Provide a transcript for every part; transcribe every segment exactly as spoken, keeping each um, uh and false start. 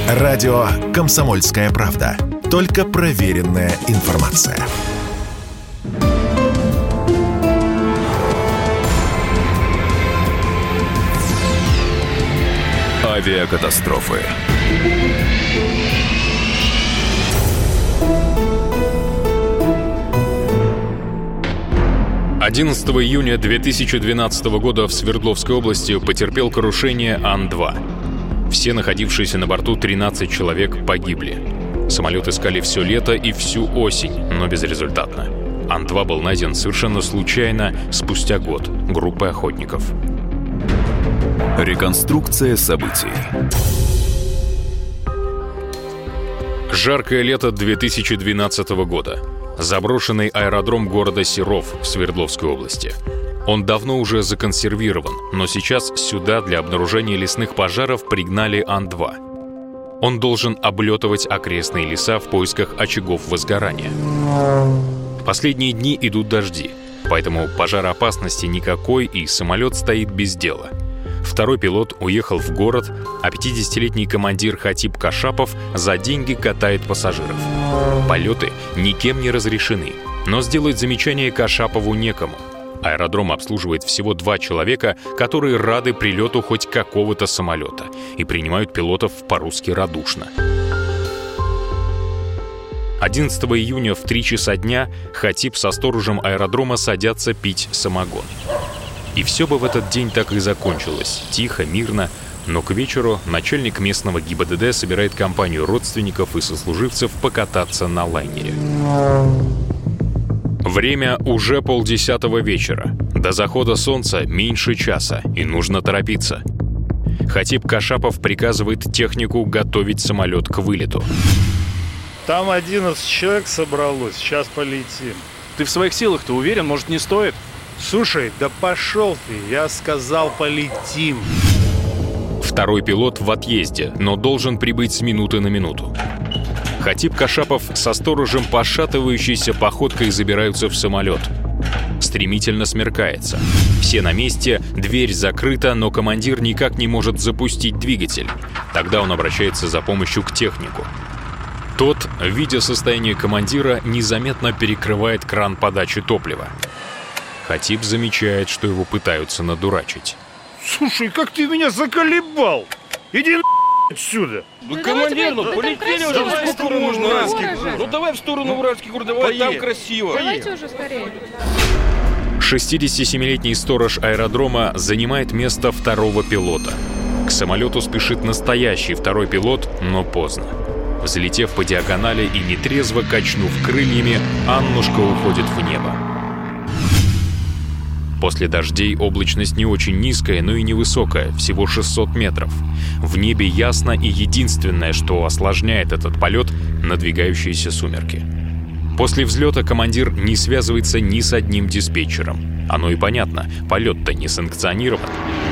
Радио «Комсомольская правда». Только проверенная информация. Авиакатастрофы. одиннадцатого июня две тысячи двенадцатого года в Свердловской области потерпел крушение Ан два. Все находившиеся на борту тринадцать человек погибли. Самолет искали все лето и всю осень, но безрезультатно. Ан два был найден совершенно случайно спустя год группой охотников. Реконструкция событий. Жаркое лето две тысячи двенадцатого года. Заброшенный аэродром города Серов в Свердловской области. Он давно уже законсервирован, но сейчас сюда для обнаружения лесных пожаров пригнали Ан два. Он должен облетывать окрестные леса в поисках очагов возгорания. Последние дни идут дожди, поэтому пожароопасности никакой, и самолет стоит без дела. Второй пилот уехал в город, а пятидесятилетний командир Хатиб Кашапов за деньги катает пассажиров. Полеты никем не разрешены, но сделать замечание Кашапову некому. Аэродром обслуживает всего два человека, которые рады прилету хоть какого-то самолета и принимают пилотов по-русски радушно. одиннадцатого июня в три часа дня Хатиб со сторожем аэродрома садятся пить самогон. И все бы в этот день так и закончилось, тихо, мирно, но к вечеру начальник местного ГИБДД собирает компанию родственников и сослуживцев покататься на лайнере. Время уже полдесятого вечера. До захода солнца меньше часа, и нужно торопиться. Хатиб Кашапов приказывает технику готовить самолет к вылету. Там одиннадцать человек собралось, сейчас полетим. Ты в своих силах-то уверен, может, не стоит? Слушай, да пошел ты, я сказал, полетим. Второй пилот в отъезде, но должен прибыть с минуты на минуту. Хатиб Кашапов со сторожем пошатывающейся походкой забираются в самолет. Стремительно смеркается. Все на месте, дверь закрыта, но командир никак не может запустить двигатель. Тогда он обращается за помощью к технику. Тот, видя состояние командира, незаметно перекрывает кран подачи топлива. Хатиб замечает, что его пытаются надурачить. Слушай, как ты меня заколебал! Иди на отсюда! Ну, ну командир, ну полетели уже, ну сколько можно? Уральский. Ну давай в сторону Уральский город, давай, там красиво. Давайте уже скорее. шестидесятисемилетний сторож аэродрома занимает место второго пилота. К самолету спешит настоящий второй пилот, но поздно. Взлетев по диагонали и нетрезво качнув крыльями, Аннушка уходит в небо. После дождей облачность не очень низкая, но и невысокая, всего шестьсот метров. В небе ясно, и единственное, что осложняет этот полет — надвигающиеся сумерки. После взлета командир не связывается ни с одним диспетчером. Оно и понятно, полет-то не санкционирован.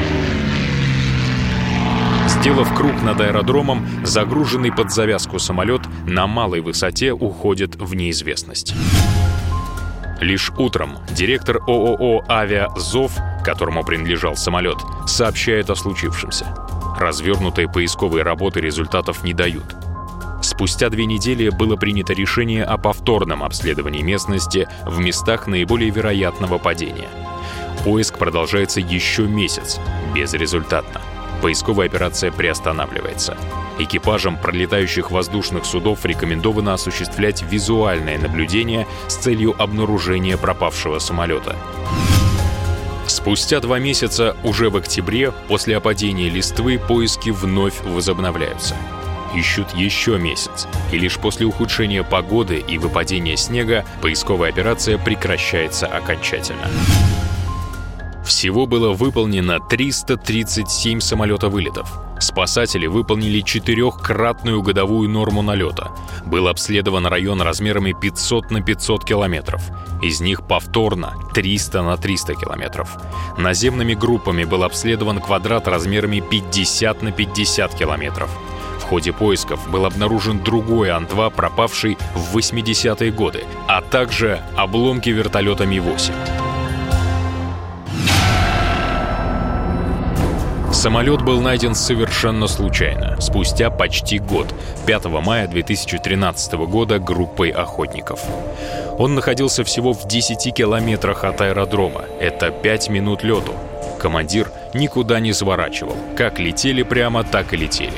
Сделав круг над аэродромом, загруженный под завязку самолет на малой высоте уходит в неизвестность. Лишь утром директор ООО «Авиазов», которому принадлежал самолет, сообщает о случившемся. Развернутые поисковые работы результатов не дают. Спустя две недели было принято решение о повторном обследовании местности в местах наиболее вероятного падения. Поиск продолжается еще месяц, безрезультатно. Поисковая операция приостанавливается. Экипажам пролетающих воздушных судов рекомендовано осуществлять визуальное наблюдение с целью обнаружения пропавшего самолета. Спустя два месяца, уже в октябре, после опадения листвы, поиски вновь возобновляются. Ищут еще месяц, и лишь после ухудшения погоды и выпадения снега поисковая операция прекращается окончательно. Всего было выполнено триста тридцать семь самолета-вылетов. Спасатели выполнили четырехкратную годовую норму налета. Был обследован район размерами пятьсот на пятьсот километров. Из них повторно триста на триста километров. Наземными группами был обследован квадрат размерами пятьдесят на пятьдесят километров. В ходе поисков был обнаружен другой Ан два, пропавший в восьмидесятые годы, а также обломки вертолета Ми восемь. Самолет был найден совершенно случайно, спустя почти год, пятого мая две тысячи тринадцатого года, группой охотников. Он находился всего в десяти километрах от аэродрома. Это пять минут лету. Командир никуда не сворачивал. Как летели прямо, так и летели.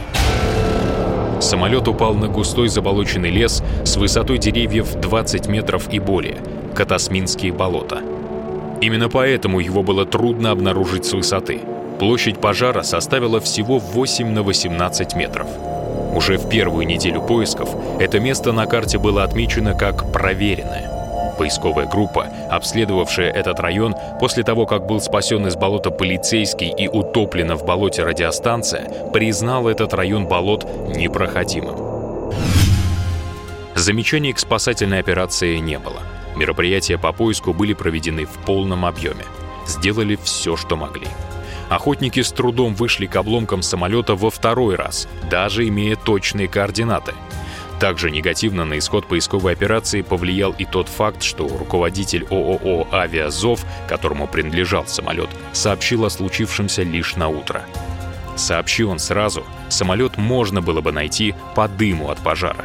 Самолет упал на густой заболоченный лес с высотой деревьев двадцать метров и более. Катасминские болота. Именно поэтому его было трудно обнаружить с высоты. Площадь пожара составила всего восемь на восемнадцать метров. Уже в первую неделю поисков это место на карте было отмечено как проверенное. Поисковая группа, обследовавшая этот район после того, как был спасен из болота полицейский и утоплена в болоте радиостанция, признала этот район болот непроходимым. Замечаний к спасательной операции не было. Мероприятия по поиску были проведены в полном объеме. Сделали все, что могли. Охотники с трудом вышли к обломкам самолета во второй раз, даже имея точные координаты. Также негативно на исход поисковой операции повлиял и тот факт, что руководитель ООО «Авиазов», которому принадлежал самолет, сообщил о случившемся лишь на утро. Сообщи он сразу, самолет можно было бы найти по дыму от пожара.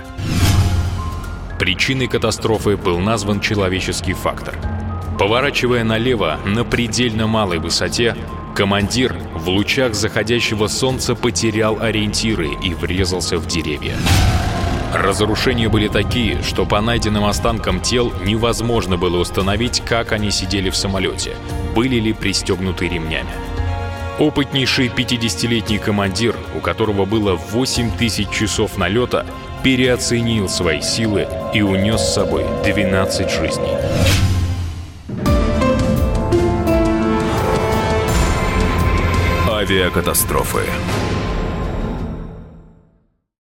Причиной катастрофы был назван человеческий фактор. Поворачивая налево на предельно малой высоте, командир в лучах заходящего солнца потерял ориентиры и врезался в деревья. Разрушения были такие, что по найденным останкам тел невозможно было установить, как они сидели в самолете, были ли пристегнуты ремнями. Опытнейший пятидесятилетний командир, у которого было восемь тысяч часов налета, переоценил свои силы и унес с собой двенадцать жизней. Авиакатастрофы.